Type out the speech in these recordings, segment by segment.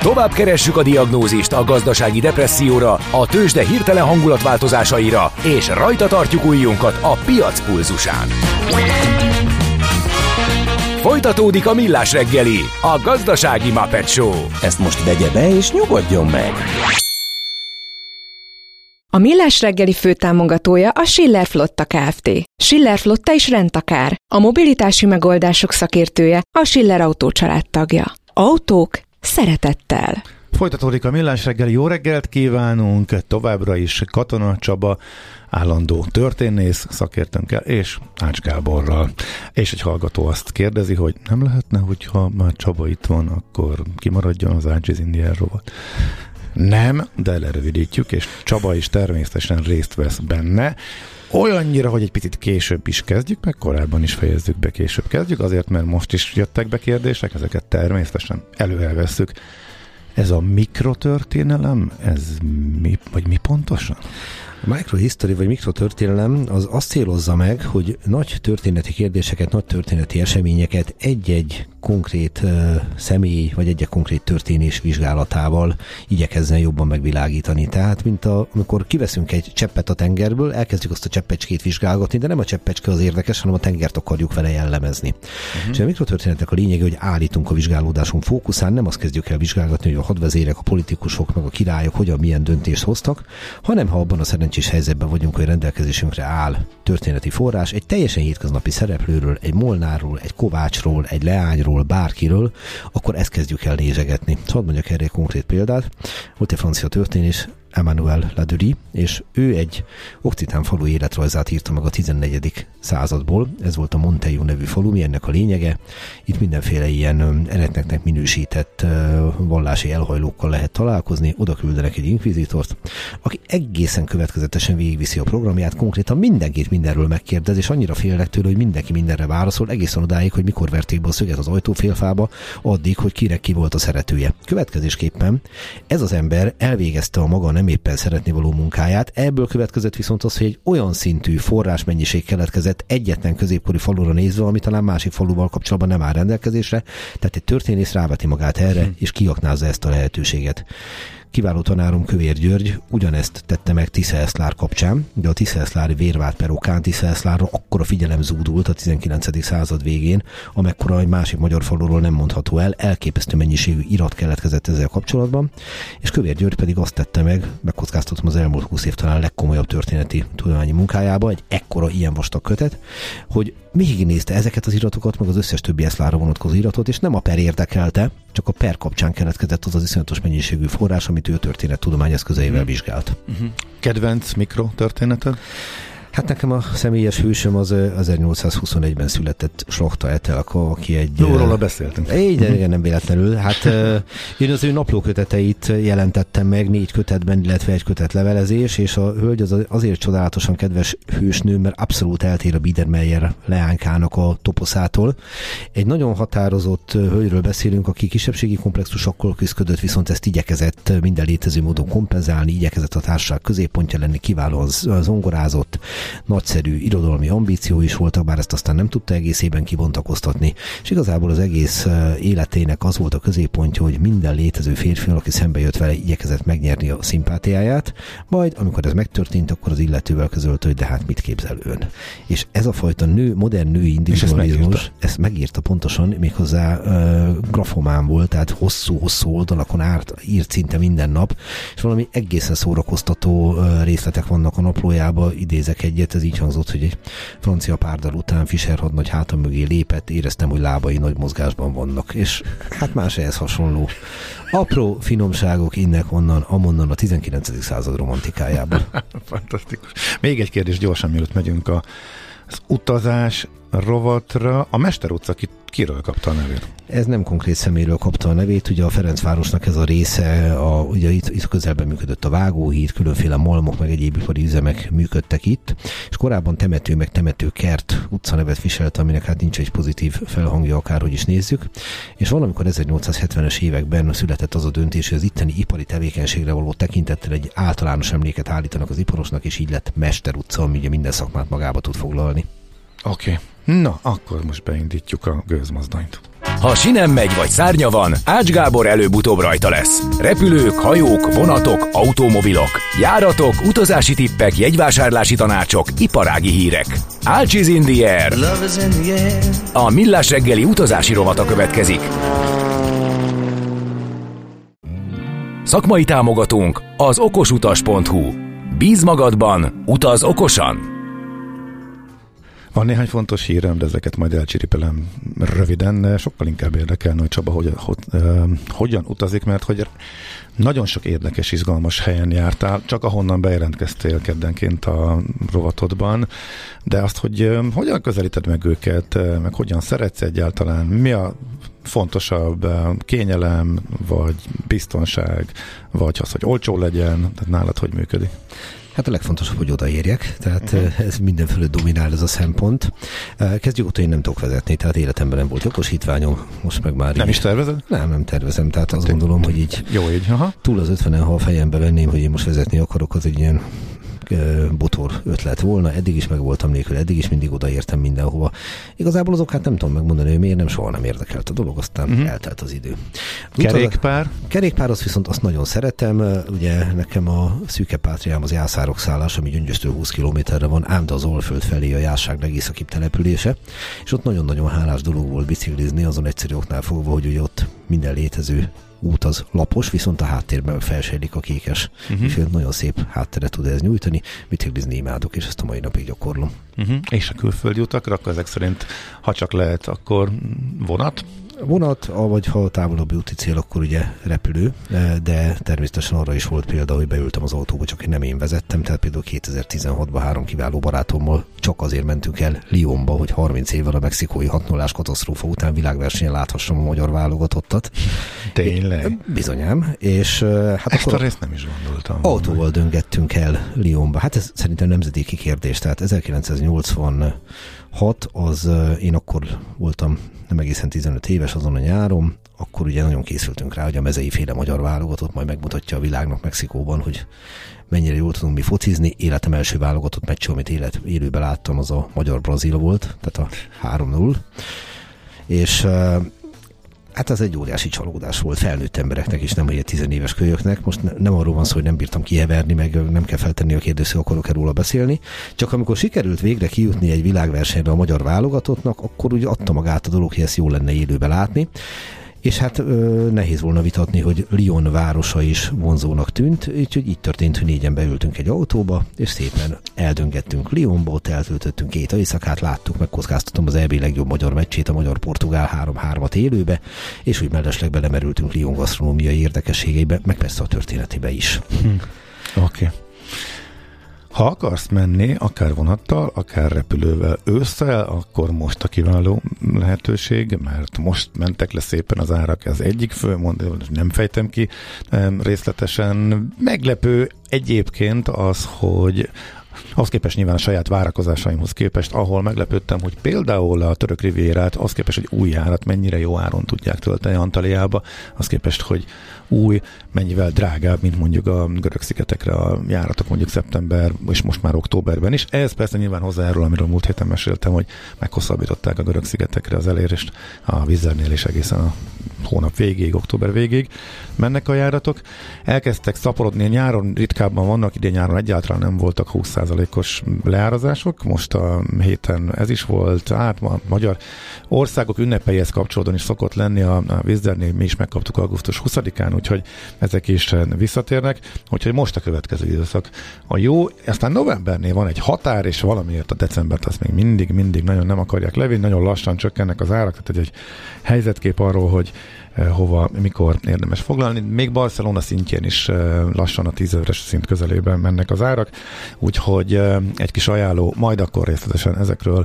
Tovább keressük a diagnózist a gazdasági depresszióra, a tőzsde hirtelen hangulatváltozásaira, és rajta tartjuk ujjunkat a piac pulzusán. Folytatódik a Millás reggeli, a gazdasági Muppet Show. Ezt most vegye be és nyugodjon meg! A Millás reggeli főtámogatója a Schiller Flotta Kft. Schiller Flotta is rendtakár. A mobilitási megoldások szakértője, a Schiller Autó család tagja. Autók szeretettel. Folytatódik a Millás reggeli, jó reggelt kívánunk, továbbra is Katona Csaba, állandó történész szakértőnkkel, és Ács Gáborral. És egy hallgató azt kérdezi, hogy nem lehetne, hogyha már Csaba itt van, akkor kimaradjon az Ács is Indián rovat. Nem, de lerövidítjük, és Csaba is természetesen részt vesz benne. Olyannyira, hogy egy picit később is kezdjük, meg korábban is fejezzük be, később kezdjük, azért, mert most is jöttek be kérdések, ezeket természetesen elővesszük. Ez a mikrotörténelem, ez mi, vagy mi pontosan? A microhistory vagy mikrotörténelem az azt célozza meg, hogy nagy történeti kérdéseket, nagy történeti eseményeket egy-egy konkrét személy vagy egy-egy konkrét történés vizsgálatával igyekezzen jobban megvilágítani. Tehát, amikor kiveszünk egy cseppet a tengerből, elkezdjük azt a cseppecskét vizsgálgatni, de nem a cseppecske az érdekes, hanem a tengert akarjuk vele jellemezni. És a mikrotörténetek a lényege, hogy állítunk a vizsgálódásunk fókuszán, nem azt kezdjük el vizsgálgatni, hogy a hadvezérek, a politikusok, meg a királyok hogyan, milyen döntést hoztak, hanem ha abban a szerencsés helyzetben vagyunk, hogy rendelkezésünkre áll történeti forrás, egy teljesen hétköznapi szereplőről, egy Molnárról, egy Kovácsról, egy Leányról, bárkiről, akkor ezt kezdjük el nézegetni. Hadd mondjak erre egy konkrét példát. Volt egy francia történész, Emmanuel Ladurie, és ő egy okcitán falu életrajzát írta meg a 14. századból. Ez volt a Montaigu nevű falu, mi ennek a lényege. Itt mindenféle ilyen eretneknek minősített vallási elhajlókkal lehet találkozni, oda küldenek egy inkvizitort, aki egészen következetesen végigviszi a programját, konkrétan mindenkit mindenről megkérdez, és annyira félnek tőle, hogy mindenki mindenre válaszol, egészen odáig, hogy mikor verték be a szöget az ajtófélfába, addig, hogy kinek ki volt a szeretője. Következésképpen ez az ember elvégezte a maga nem éppen szeretni való munkáját. Ebből következett viszont az, hogy egy olyan szintű forrásmennyiség keletkezett egyetlen középkori falura nézve, ami talán másik faluval kapcsolatban nem áll rendelkezésre. Tehát egy történész ráveti magát erre, és kiaknázza ezt a lehetőséget. Kiváló tanárom Kövér György ugyanezt tette meg Tisza-Eszlár kapcsán, de a Tisza-Eszlári vérvád per okán Tisza-Eszlárra akkora figyelem zúdult a 19. század végén, amekkora egy másik magyar faluról nem mondható el, elképesztő mennyiségű irat keletkezett ezzel kapcsolatban, és Kövér György pedig azt tette meg, megkockáztatom az elmúlt 20 év talán legkomolyabb történeti tudományi munkájába, egy ekkora ilyen vastag kötet, hogy végignézte ezeket az iratokat, meg az összes többi eszlárra vonatkozó iratot, és nem a per érdekelte, csak a per kapcsán keletkezett az iszonyatos mennyiségű forrás, amit ő történettudomány eszközeivel vizsgált. Kedvenc mikrotörténeted? Hát nekem a személyes hősöm az 1821-ben született Slachta Etelka, aki egy... Róla beszéltünk. Igen, nem véletlenül. Hát én az ő naplóköteteit jelentettem meg 4 kötetben, illetve 1 kötet levelezés, és a hölgy az azért csodálatosan kedves hősnő, mert abszolút eltér a Biedermeier leánykának a toposzától. Egy nagyon határozott hölgyről beszélünk, aki kisebbségi komplexusokkal küzdött, viszont ezt igyekezett minden létező módon kompenzálni, igyekezett a társaság középpontja lenni, kiválóan zongorázott, nagyszerű irodalmi ambíció is voltak, bár ezt aztán nem tudta egészében kibontakoztatni, és igazából az egész életének az volt a középpontja, hogy minden létező férfi, aki szembe jött vele, igyekezett megnyerni a szimpátiáját, majd amikor ez megtörtént, akkor az illetővel közölte, hogy de hát mit képzel ön. És ez a fajta modern női individualizmus, ezt megírta pontosan, méghozzá grafomán volt, tehát hosszú-hosszú oldalakon írt szinte minden nap, és valami egészen szórakoztató részletek vannak a naplójában, idézek egyet, ez így hangzott, hogy egy francia párdal után Fischer hadnagy hátam mögé lépett, éreztem, hogy lábai nagy mozgásban vannak, és hát más ehhez hasonló apró finomságok innen-onnan, amonnan a 19. század romantikájában. Fantasztikus. Még egy kérdés gyorsan, mielőtt megyünk az utazás rovatra. A Mester utca kiről kapta a nevét? Ez nem konkrét személyről kapta a nevét, ugye a Ferencvárosnak ez a része, ugye itt közelben működött a Vágóhíd, különféle malmok meg egyéb ipari üzemek működtek itt, és korábban Temető meg Temetőkert utcanevet viselt, aminek hát nincs egy pozitív felhangja, akárhogy is nézzük, és valamikor 1870-es években született az a döntés, hogy az itteni ipari tevékenységre való tekintettel egy általános emléket állítanak az iparosnak, és így lett Mester utca, ami ugye minden szakmát magába tud foglalni. Oké. Na, akkor most beindítjuk a gőzmozdonyt. Ha sinem megy vagy szárnya van, Ács Gábor előbb-utóbb rajta lesz. Repülők, hajók, vonatok, automobilok, járatok, utazási tippek, jegyvásárlási tanácsok, iparági hírek. Ács is in the air. A Millás reggeli utazási rovata következik. Szakmai támogatónk az okosutas.hu. Bíz magadban, utaz okosan! Van néhány fontos hírem, de ezeket majd elcsiripelem röviden. Sokkal inkább érdekelne, hogy Csaba hogyan utazik, mert hogy nagyon sok érdekes, izgalmas helyen jártál, csak ahonnan bejelentkeztél keddenként a rovatodban, de azt, hogy hogyan közelíted meg őket, meg hogyan szeretsz egyáltalán, mi a fontosabb, kényelem, vagy biztonság, vagy az, hogy olcsó legyen, tehát nálad hogy működik? Hát a legfontosabb, hogy odaérjek, tehát ez minden fölött dominál ez a szempont. Kezdjük ott, hogy én nem tudok vezetni, tehát életemben nem volt jogosítványom, most meg már nem így... is tervezed? Nem tervezem, tehát azt gondolom, hogy így jó így, aha. Túl az 50-en, ha a fejembe venném, hogy én most vezetni akarok, az egy ilyen botor ötlet volna, eddig is meg voltam nélkül, eddig is mindig odaértem mindenhova. Igazából az okát nem tudom megmondani, hogy miért, nem, soha nem érdekelt a dolog, aztán eltelt az idő. Kerékpár? Kerékpár, az viszont azt nagyon szeretem, ugye nekem a szűke pátriám az Jászárok szállás, ami Gyöngyöstől 20 kilométerre van, ám de az Alföld felé a Jászság legészakibb települése, és ott nagyon-nagyon hálás dolog volt biciklizni, azon egyszerű oknál fogva, hogy ugye ott minden létező út az lapos, viszont a háttérben felsejlik a kékes, és nagyon szép hátteret tud ez nyújtani. Biciklizni imádok, és ezt a mai napig gyakorlom. És a külföldi utakra, akkor ezek szerint, ha csak lehet, akkor vonat? Vonat, vagy ha távolabbi úti cél, akkor ugye repülő, de természetesen arra is volt példa, hogy beültem az autóba, csak nem én vezettem, tehát például 2016-ban 3 kiváló barátommal csak azért mentünk el Lyonba, hogy 30 évvel a mexikói 6-0-ás katasztrófa után világversenyen láthassam a magyar válogatottat. Tényleg? Bizonyám. És hát ezt akkor a részt nem is gondoltam. Autóval döngettünk el Lyonba. Hát ez szerintem nemzedéki kérdés, tehát 1986, az én akkor voltam nem egészen 15 éves azon a nyáron, akkor ugye nagyon készültünk rá, hogy a mezei féle magyar válogatott majd megmutatja a világnak Mexikóban, hogy mennyire jól tudunk mi focizni. Életem első válogatott meccs, amit élőben láttam, az a magyar-brazil volt, tehát a 3-0. És hát ez egy óriási csalódás volt felnőtt embereknek is, nem hogy egy 10 éves kölyöknek. Most nem arról van szó, hogy nem bírtam kiheverni, meg nem kell feltenni a kérdést, hogy akarok-e róla beszélni. Csak amikor sikerült végre kijutni egy világversenyre a magyar válogatottnak, akkor úgy adta magát a dolog, hogy ezt jó lenne élőben látni. És hát nehéz volna vitatni, hogy Lyon városa is vonzónak tűnt, úgyhogy így történt, hogy 4-en beültünk egy autóba, és szépen eldöngettünk Lyonba, ott eltöltöttünk 2 éjszakát, láttuk, megkockáztatom az EB legjobb magyar meccsét, a magyar-portugál 3-3-at élőbe, és úgy mellesleg belemerültünk Lyon gasztronómiai érdekességeibe, meg persze a történetébe is. Oké. Ha akarsz menni, akár vonattal, akár repülővel ősszel, akkor most a kiváló lehetőség, mert most mentek le szépen az árak, ez egyik fő, nem fejtem ki részletesen. Meglepő egyébként az, hogy ahhoz képest nyilván a saját várakozásaimhoz képest, ahol meglepődtem, hogy például a török rivérát, ahhoz képest, hogy új járat mennyire jó áron tudják tölteni Antaliába, ahhoz képest, hogy új, mennyivel drágább, mint mondjuk a Görög-szigetekre a járatok mondjuk szeptember, és most már októberben is. Ez persze nyilván hozzájárul, amiről múlt héten meséltem, hogy meghosszabbították a Görög-szigetekre az elérést a Vizernél, és egészen a hónap végéig, október végéig mennek a járatok. Elkezdtek szaporodni, nyáron ritkábban vannak, idén nyáron egyáltalán nem voltak 20%-os leárazások, most a héten ez is volt, hát a magyar országok ünnepeihez kapcsolódóan is szokott lenni, a Vizernél mi is megkaptuk augusztus 20-án, úgyhogy ezek is visszatérnek, úgyhogy most a következő időszak a jó, aztán novembernél van egy határ, és valamiért a decembert azt még mindig nagyon nem akarják levinni, nagyon lassan csökkennek az árak, tehát egy helyzetkép arról, hogy hova, mikor érdemes foglalni. Még Barcelona szintjén is lassan a 10 000-es szint közelében mennek az árak, úgyhogy egy kis ajánló, majd akkor részletesen ezekről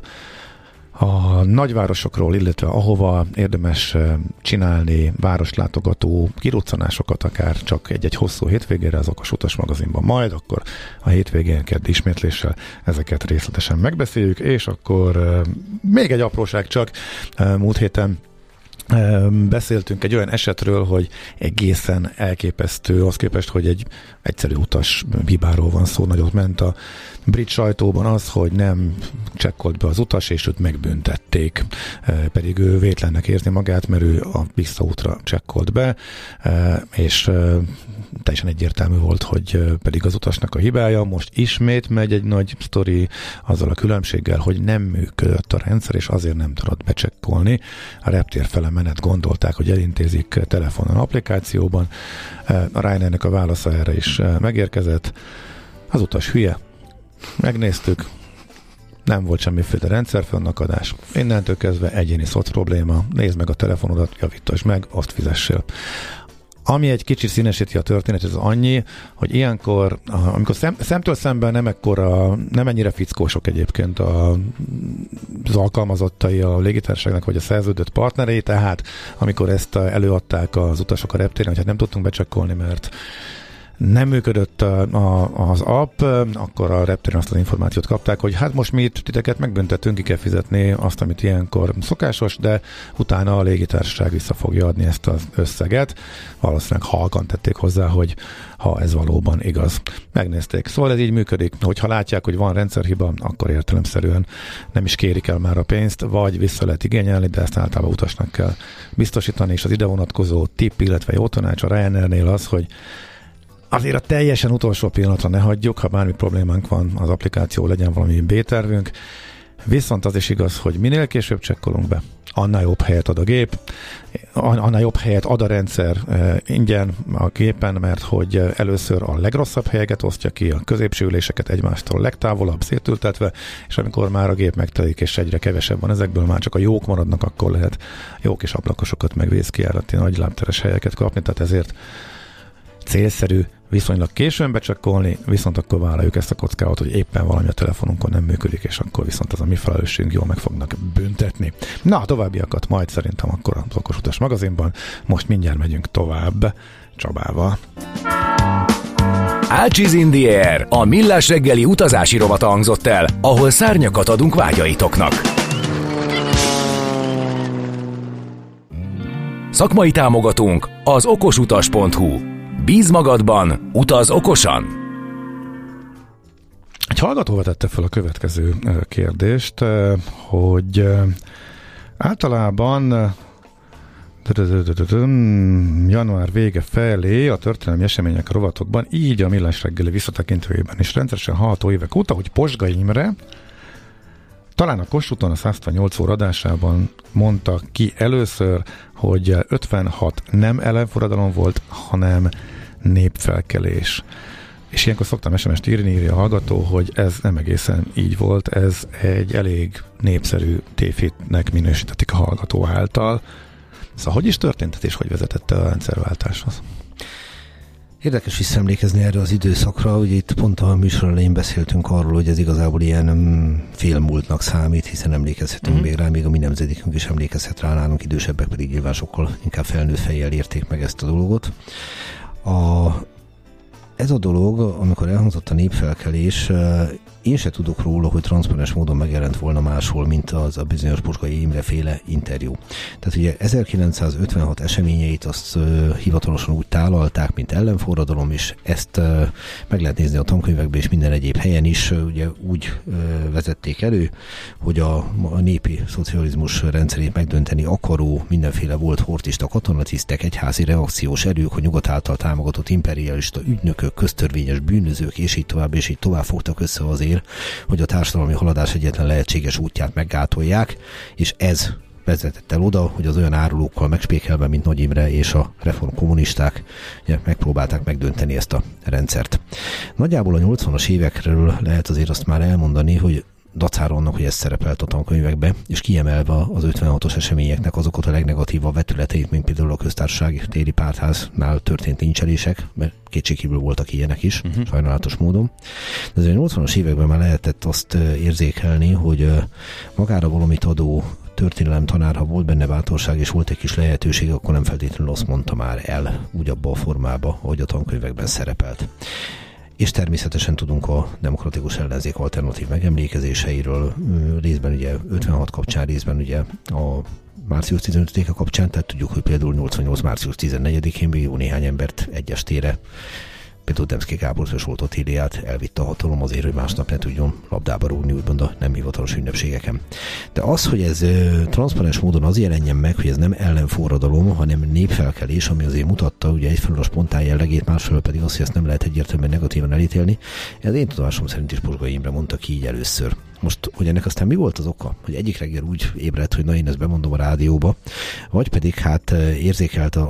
a nagyvárosokról, illetve ahova érdemes csinálni városlátogató kiruccanásokat, akár csak egy-egy hosszú hétvégére az Okos Utas magazinban, majd akkor a hétvégén keddi ismétléssel ezeket részletesen megbeszéljük, és akkor még egy apróság csak, múlt héten beszéltünk egy olyan esetről, hogy egészen elképesztő, az képest, hogy egy egyszerű utas hibáról van szó, nagyot ment a brit sajtóban az, hogy nem csekkolt be az utas, és őt megbüntették, pedig ő vétlennek érzi magát, mert ő a visszaútra csekkolt be, és teljesen egyértelmű volt, hogy pedig az utasnak a hibája. Most ismét megy egy nagy sztori azzal a különbséggel, hogy nem működött a rendszer, és azért nem tudott becsekkolni. A reptér fele menet gondolták, hogy elintézik telefonon, applikációban. A Ryanairnek a válasza erre is megérkezett. Az utas hülye. Megnéztük, nem volt semmiféle rendszerfennakadás. Innentől kezdve egyéni szoc probléma. Nézd meg a telefonodat, javítasd meg, azt fizessél. Ami egy kicsit színesíti a történet, ez annyi, hogy ilyenkor, amikor szemtől szemben nem ennyire fickósok egyébként az alkalmazottai a légitársaságnak, vagy a szerződött partnerei, tehát amikor ezt előadták az utasok a reptéren, hogy hát nem tudtunk becsekkolni, mert nem működött az app, akkor a reptéren azt az információt kapták, hogy hát most mi titeket megbüntetünk, ki kell fizetni azt, amit ilyenkor szokásos, de utána a légitársaság vissza fogja adni ezt az összeget. Valószínűleg halkan tették hozzá, hogy ha ez valóban igaz. Megnézték. Szóval ez így működik. Hogyha látják, hogy van rendszerhiba, akkor értelemszerűen nem is kérik el már a pénzt, vagy vissza lehet igényelni, de ezt általában utasnak kell biztosítani, és az ide vonatkozó tipp, illetve jó tanács a Ryanairnél az, hogy azért a teljesen utolsó pillanatra ne hagyjuk, ha bármi problémánk van, az applikáció, legyen valami B-tervünk. Viszont az is igaz, hogy minél később csekkolunk be, annál jobb helyet ad a gép, annál jobb helyet ad a rendszer ingyen a gépen, mert hogy először a legrosszabb helyeket osztja ki, a középső üléseket egymástól legtávolabb szétültetve, és amikor már a gép megtelik, és egyre kevesebb van ezekből, már csak a jók maradnak, akkor lehet jó kis ablakosokat, meg vészkijárati nagy lábteres helyeket kapni, tehát ezért célszerű viszonylag későn becsekkolni, viszont akkor vállaljuk ezt a kockázatot, hogy éppen valami a telefonunkon nem működik, és akkor viszont az a mi felelősségünk, jól meg fognak büntetni. Na, a továbbiakat majd szerintem akkor az Okos Utas magazinban. Most mindjárt megyünk tovább Csabával. Ácsiz in the Air, a millás reggeli utazási rovata hangzott el, ahol szárnyakat adunk vágyaitoknak. Szakmai támogatónk az okosutas.hu. Bíz magadban, utaz okosan! Egy hallgató vetette fel a következő kérdést, hogy általában január vége felé a történelmi események rovatokban, így a millás reggeli visszatekintőjében is rendszeresen hallható évek óta, hogy Posga Imre talán a Kossuthon a 168 óra adásában mondta ki először, hogy 56 nem ellenforradalom volt, hanem népfelkelés. És ilyenkor szoktam SMS-t írja a hallgató, hogy ez nem egészen így volt, ez egy elég népszerű tévhitnek minősítették a hallgató által. Szóval hogy is történt, és hogy vezetett a rendszerváltáshoz? Érdekes visszaemlékezni erre az időszakra, ugye itt pont a műsor elején beszéltünk arról, hogy ez igazából ilyen félmúltnak számít, hiszen emlékezhetünk még rá, még a mi nemzedékünk is emlékezhet rá, nálunk idősebbek pedig nyilván sokkal inkább felnőtt fejjel érték meg ezt a dolgot. Ez a dolog, amikor elhangzott a népfelkelés, én se tudok róla, hogy transzparens módon megjelent volna máshol, mint az a bizonyos Posgai Imre féle interjú. Tehát ugye 1956 eseményeit azt hivatalosan úgy tálalták, mint ellenforradalom, és ezt meg lehet nézni a tankönyvekben és minden egyéb helyen is, ugye úgy vezették elő, hogy a népi szocializmus rendszerét megdönteni akaró mindenféle volt hortista katonatisztek, egyházi reakciós erők, a nyugat által támogatott imperialista ügynökök, köztörvényes bűnözők, és így tovább fogtak össze azért, hogy a társadalmi haladás egyetlen lehetséges útját meggátolják, és ez vezetett el oda, hogy az olyan árulókkal megspékelve, mint Nagy Imre és a reformkommunisták megpróbálták megdönteni ezt a rendszert. Nagyjából a 80-as évekről lehet azért azt már elmondani, hogy dacára annak, hogy ez szerepelt a tankönyvekbe, és kiemelve az 56-os eseményeknek azokat a legnegatívabb vetületeit, mint például a köztársasági téri pártháznál történt lincselések, mert kétségkívül voltak ilyenek is, sajnálatos módon. De az 80-as években már lehetett azt érzékelni, hogy magára valamit adó történelem tanár, ha volt benne bátorság és volt egy kis lehetőség, akkor nem feltétlenül azt mondta már el úgy abba a formába, ahogy a tankönyvekben szerepelt. és természetesen tudunk a demokratikus ellenzék alternatív megemlékezéseiről, részben ugye 56 kapcsán, részben ugye a március 15-e kapcsán, tehát tudjuk, hogy például 88. március 14-én még jó néhány embert egy estére, például Demszky Gábor és Oltó Tíliát elvitte a hatalom azért, hogy másnap ne tudjon labdába rúgni, úgymond a nem hivatalos ünnepségeken. De az, hogy ez transzparens módon az jelenjen meg, hogy ez nem ellenforradalom, hanem népfelkelés, ami azért mutatta ugye egyfelől a spontán jellegét, másfelől pedig azt, hogy ezt nem lehet egyértelműen negatívan elítélni, ez én tudomásom szerint is Pozsgai Imre mondta ki így először. Most, hogy ennek aztán mi volt az oka? Hogy egyik reggel úgy ébredt, hogy na én ezt bemondom a rádióba, vagy pedig hát érzékelte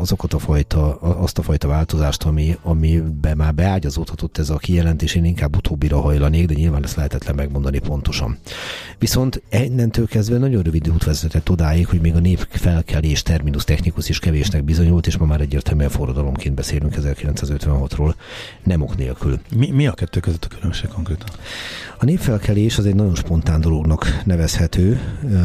azt a fajta változást, amiben már beágyazódhatott ez a kijelentés, én inkább utóbbira hajlanék, de nyilván ezt lehetetlen megmondani pontosan. Viszont innentől kezdve nagyon rövid út vezetett odáig, hogy még a népfelkelés terminus technikus is kevésnek bizonyult, és ma már egyértelműen forradalomként beszélünk 1956-ról, nem ok nélkül. Mi a kettő között a különbség konkrétan? A népfelkelés az egy nagyon spontán dolognak nevezhető,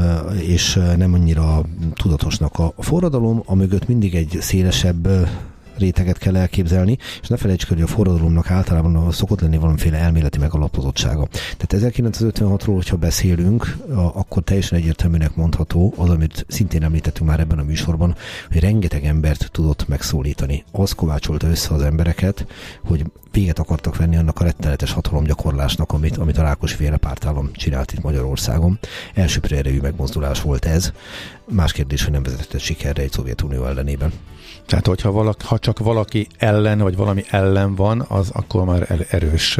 és nem annyira tudatosnak. A forradalom amögött mindig egy szélesebb réteget kell elképzelni, és ne felejtsük, hogy a forradalomnak általában szokott lenni valamiféle elméleti megalapozottsága. Tehát 1956-ról, hogyha beszélünk, akkor teljesen egyértelműnek mondható, az, amit szintén említettünk már ebben a műsorban, hogy rengeteg embert tudott megszólítani. Az kovácsolta össze az embereket, hogy véget akartak venni annak a rettenetes hatalomgyakorlásnak, amit a Rákosi-féle pártállam csinált itt Magyarországon. Elsőprő erejű megmozdulás volt ez. Más kérdés, hogy nem vezetett sikerre egy Szovjetunió ellenében. Tehát, ha csak valaki ellen, vagy valami ellen van, az akkor már erős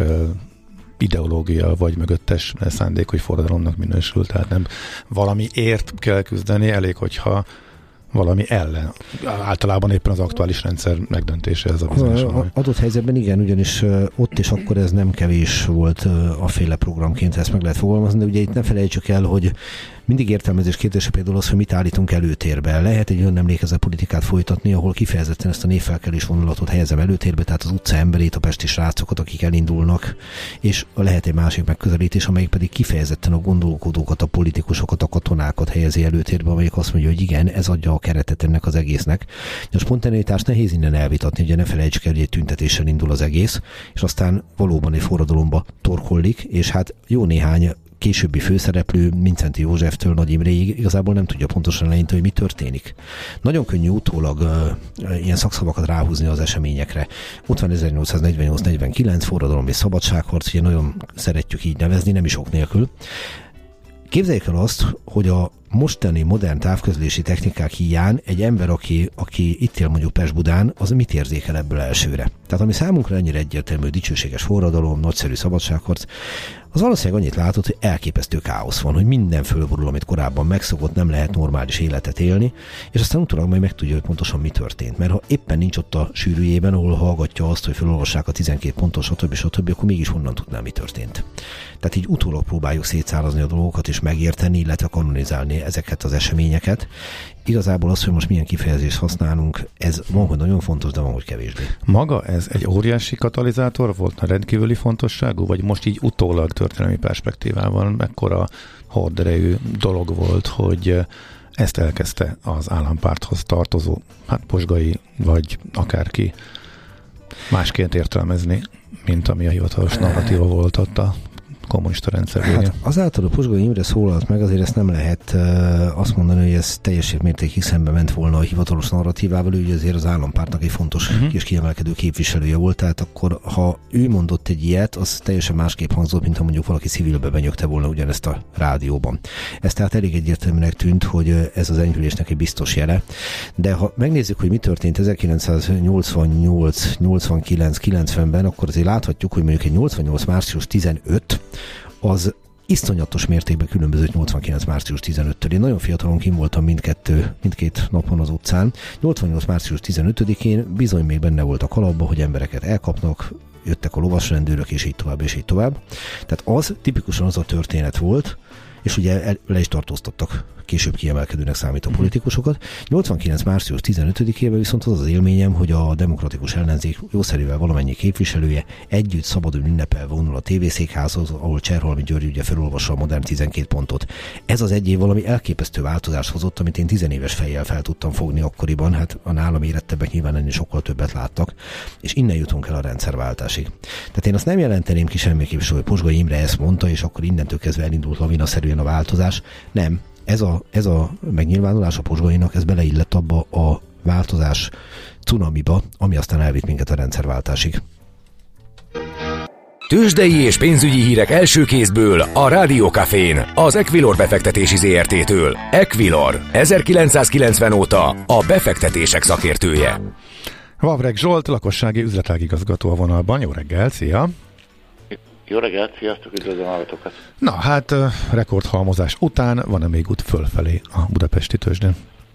ideológia, vagy mögöttes szándék, hogy forradalomnak minősül. Tehát nem valamiért kell küzdeni, elég, hogyha valami ellen. Általában éppen az aktuális rendszer megdöntése ez a bizonyos. Adott helyzetben igen, ugyanis ott és akkor ez nem kevés volt a féle programként, ezt meg lehet fogalmazni, de ugye itt ne felejtsük el, hogy mindig értelmezés kérdése például az, hogy mit állítunk előtérbe. Lehet egy olyan emlékezett politikát folytatni, ahol kifejezetten ezt a népfelkelés vonulatot helyezem előtérbe, tehát az utca emberét, a pesti srácokat, akik elindulnak, és lehet egy másik megközelítés, amelyik pedig kifejezetten a gondolkodókat, a politikusokat, a katonákat helyezi előtérbe, amelyik azt mondja, hogy igen, ez adja a keretet ennek az egésznek. A spontaneitást nehéz innen elvitatni, ugye ne felejtsük el, hogy egy tüntetéssel indul az egész, és aztán valóban egy forradalomba torkollik, és hát jó néhány későbbi főszereplő, Mindszenty Józseftől Nagy Imréig igazából nem tudja pontosan leírni, hogy mi történik. Nagyon könnyű utólag ilyen szakszavakat ráhúzni az eseményekre. Ott van 1848-49 forradalom és szabadságharc, ugye nagyon szeretjük így nevezni, nem is ok nélkül. Képzeljük el azt, hogy a mostani modern távközlési technikák hiány egy ember, aki itt él mondjuk Pest-Budán, az mit érzékel ebből elsőre? Tehát ami számunkra ennyire egyértelmű, dicsőséges forradalom, nagyszerű szabadságharc, az valószínűleg annyit látott, hogy elképesztő káosz van, hogy minden fölborul, amit korábban megszokott, nem lehet normális életet élni, és aztán utólag majd megtudja, hogy pontosan mi történt. Mert ha éppen nincs ott a sűrűjében, ahol hallgatja azt, hogy felolvassák a 12 pontos, stb., akkor mégis honnan tudná, mi történt. Tehát így utólag próbáljuk szétszárazni a dolgokat és megérteni, illetve kanonizálni ezeket az eseményeket. Igazából az, hogy most milyen kifejezést használunk, ez van, hogy nagyon fontos, de van, hogy kevésbé. Maga ez egy óriási katalizátor volt, rendkívüli fontosságú, vagy most így utólag történelmi perspektívával mekkora horderejű dolog volt, hogy ezt elkezdte az állampárthoz tartozó, Pozsgai, vagy akárki másként értelmezni, mint ami a hivatalos narratíva volt ott a kommunista rendszer végén. Hát azáltal a Pozsgai Imre szólalt meg, azért ezt nem lehet azt mondani, hogy ez teljes mértékig szembe ment volna a hivatalos narratívával, ő azért az állampártnak egy fontos és kiemelkedő képviselője volt, tehát akkor, ha ő mondott egy ilyet, az teljesen másképp hangzott, mint ha mondjuk valaki civilbe benyögte volna ugyanezt a rádióban. Ez tehát elég egyértelműnek tűnt, hogy ez az enyhülésnek egy biztos jele, de ha megnézzük, hogy mi történt 1988, 89, 90-ben, akkor azért láthatjuk, hogy mondjuk egy 88. március 15 az iszonyatos mértékben különbözött 89. március 15-től. Én nagyon fiatalon kim voltam mindkét napon az utcán. 88. március 15-én bizony még benne volt a kalapba, hogy embereket elkapnak, jöttek a lovasrendőrök, és így tovább, és így tovább. Tehát az tipikusan az a történet volt, és ugye le is tartóztattak később kiemelkedőnek számító politikusokat. 89. március 15-ében viszont az élményem, hogy a demokratikus ellenzék jószerűvel valamennyi képviselője együtt szabadon ünnepelve vonul a tévészékházhoz, ahol Cserhalmi György ugye felolvassa a Modern 12 pontot. Ez az egy év valami elképesztő változást hozott, amit én 10 éves fejjel fel tudtam fogni akkoriban, hát a nálam érettebbek nyilván ennél sokkal többet láttak, és innen jutunk el a rendszerváltásig. Tehát én azt nem jelenteném ki semmiképp, hogy Pozsgai Imre ezt mondta, és akkor innentől kezdve elindult lavinaszerűen a változás. Nem. Ez a megnyilvánulás a Pozsgainak, ez beleillett abba a változás cunamiba, ami aztán elvitt minket a rendszerváltásig. Tőzsdei és pénzügyi hírek első kézből a Rádió Cafén, az Equilor befektetési ZRT-től. Equilor, 1990 óta a befektetések szakértője. Vavreg Zsolt, lakossági üzletágigazgató a vonalban. Jó reggel, szia! Jó reggelt, sziasztok, üdvözlöm hallgatókat! Na hát, rekordhalmozás után van-e még út fölfelé a budapesti tőzsdén?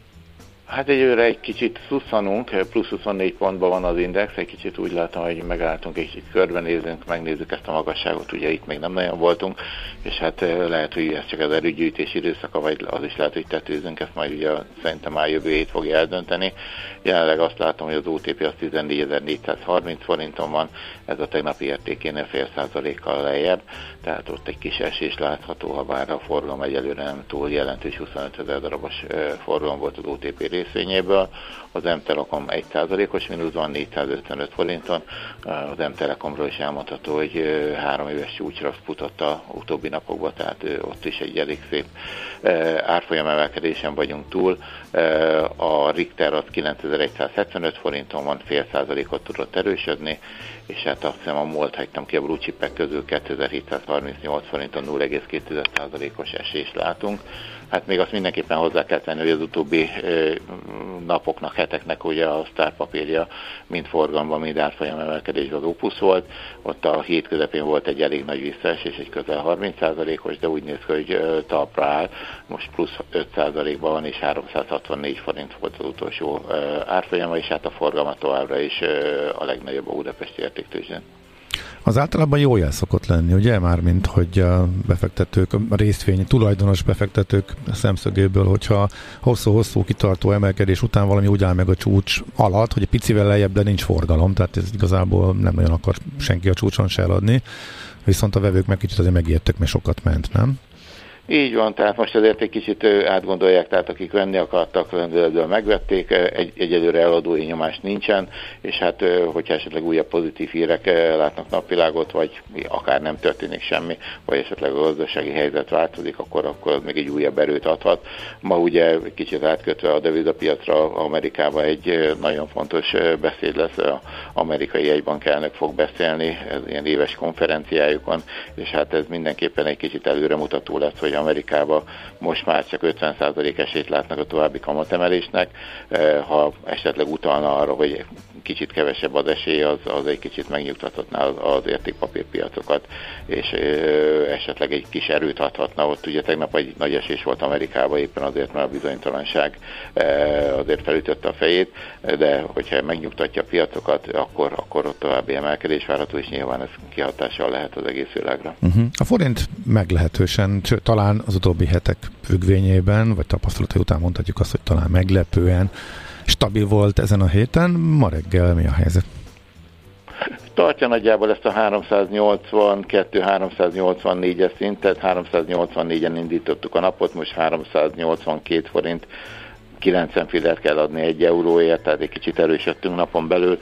Hát egyőre egy kicsit szusszanunk, plusz 24 pontban van az index, egy kicsit úgy látom, hogy megálltunk, egy kicsit körbenézünk, megnézzük ezt a magasságot, ugye itt még nem nagyon voltunk, és hát lehet, hogy ez csak az erőgyűjtés időszaka, vagy az is lehet, hogy tetőzünk, ezt majd ugye szerintem már jövő hét fogja eldönteni. Jelenleg azt látom, hogy az OTP az 14.430 forinton van, ez a tegnapi értékénél 0,5%-kal lejjebb, tehát ott egy kis esés látható, ha bár a forgalom egyelőre nem túl jelentős, 25 000 darabos forgalom volt az OTP részvényéből, az M-Telekom 1%-os mínusz van 455 forinton, az M-Telekomról is elmondható, hogy 3 éves csúcsra futott a utóbbi napokban, tehát ott is egy elég szép árfolyam emelkedésen vagyunk túl, a Richter az 9175 forinton van, 0,5%-ot tudott erősödni, és hát azt hiszem a MOL-t hagytam ki a blue chipek közül, 2738 forinton 0,2%-os esést látunk. Hát még azt mindenképpen hozzá kell tenni, hogy az utóbbi napoknak, heteknek ugye a sztárpapírja mind forgalomban, mind árfolyam emelkedésben az Opus volt. Ott a hét közepén volt egy elég nagy visszaesés, egy közel 30%-os, de úgy néz ki, hogy talpra áll. Most plusz 5%-ban van, és 364 forint volt az utolsó árfolyama, és hát a forgalma továbbra is a legnagyobb a budapesti értéktőzsdén. Az általában jó jel szokott lenni, ugye? Mármint, hogy a befektetők, a részvény, tulajdonos befektetők szemszögéből, hogyha hosszú-hosszú kitartó emelkedés után valami úgy áll meg a csúcs alatt, hogy egy picivel lejjebb, de nincs forgalom, tehát ez igazából nem nagyon akar senki a csúcson se eladni, viszont a vevők meg kicsit azért megijedtek, mert sokat ment, nem? Így van, tehát most azért egy kicsit átgondolják, tehát akik venni akartak, rendületből megvették, egyelőre eladói nyomás nincsen, és hát hogyha esetleg újabb pozitív hírek látnak napvilágot, vagy akár nem történik semmi, vagy esetleg a gazdasági helyzet változik, akkor az még egy újabb erőt adhat. Ma ugye kicsit átkötve a devizapiacra, Amerikában egy nagyon fontos beszéd lesz, az amerikai jegybank elnök fog beszélni, ez ilyen éves konferenciájukon, és hát ez mindenképpen egy kicsit előremutató lesz, hogy Amerikában most már csak 50% esélyt látnak a további kamatemelésnek. Ha esetleg utalna arra, hogy kicsit kevesebb az esély, az egy kicsit megnyugtathatná az értékpapírpiacokat, és esetleg egy kis erőt adhatna. Ott ugye tegnap egy nagy esés volt Amerikában, éppen azért, mert a bizonytalanság azért felütötte a fejét, de hogyha megnyugtatja a piacokat, akkor ott további emelkedés várható, és nyilván ez kihatással lehet az egész világra. A forint meglehetősen, talán az utóbbi hetek függvényében, vagy tapasztalatai után mondhatjuk azt, hogy talán meglepően stabil volt ezen a héten. Ma reggel mi a helyzet? Tartja nagyjából ezt a 382-384-es szintet, 384-en indítottuk a napot, most 382 forint 90 fillert kell adni 1 euróért, tehát egy kicsit erősödtünk napon belül.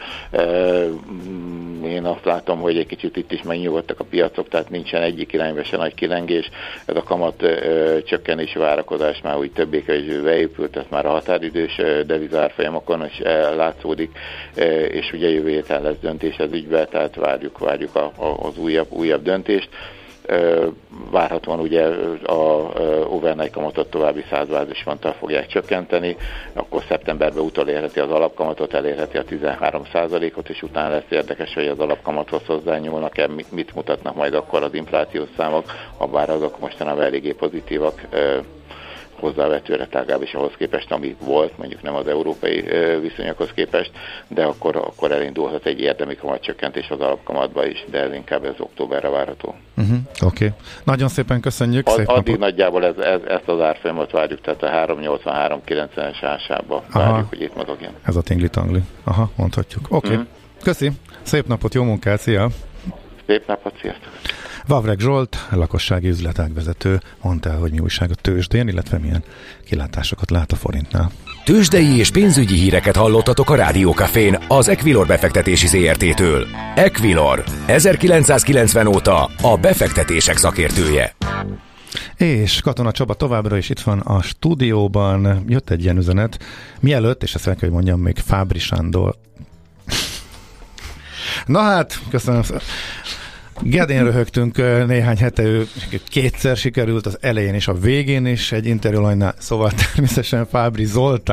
Én azt látom, hogy egy kicsit itt is megnyugodtak a piacok, tehát nincsen egyik irányba se nagy kilengés. Ez a kamat csökkenési várakozás már úgy többé-kevésbé beépült, ez már a határidős devizárfolyamokon is látszódik, és ugye jövő héten lesz döntés az ügyben, tehát várjuk az újabb döntést. Várhatóan ugye a overnight kamatot további 100 bázisponttal fogják csökkenteni, akkor szeptemberben utolérheti az alapkamatot, elérheti a 13%-ot, és utána lesz érdekes, hogy az alapkamathoz hozzányúlnak-e, mit mutatnak majd akkor az inflációs számok, habár azok mostanában eléggé pozitívak. hozzávetőre, legalábbis ahhoz képest, ami volt, mondjuk nem az európai viszonyokhoz képest, de akkor elindulhat egy érdemi kamatcsökkentés az alapkamatba is, de ez inkább októberre várható. Oké. Nagyon szépen köszönjük. Addig nagyjából ezt az árfolyamot várjuk, tehát a 3.83-90-es ásába várjuk, hogy itt mozogjon. Ez a tingli-tangli. Aha, mondhatjuk. Oké. Köszi. Szép napot, jó munkát, szia! Szép napot, sziasztok! Vavreg Zsolt, lakossági üzletágvezető mondta el, hogy mi újság a tőzsdén, illetve milyen kilátásokat lát a forintnál. Tőzsdei és pénzügyi híreket hallottatok a Rádiókafén az Equilor befektetési ZRT-től. Equilor, 1990 óta a befektetések szakértője. És Katona Csaba továbbra is itt van a stúdióban. Jött egy ilyen üzenet, mielőtt, és ezt el kell, hogy mondjam, még Fábri Sándor. Na hát, köszönöm. Gedén röhögtünk néhány hete, ő kétszer sikerült, az elején és a végén is egy interjúlajnál, szóval természetesen Fábri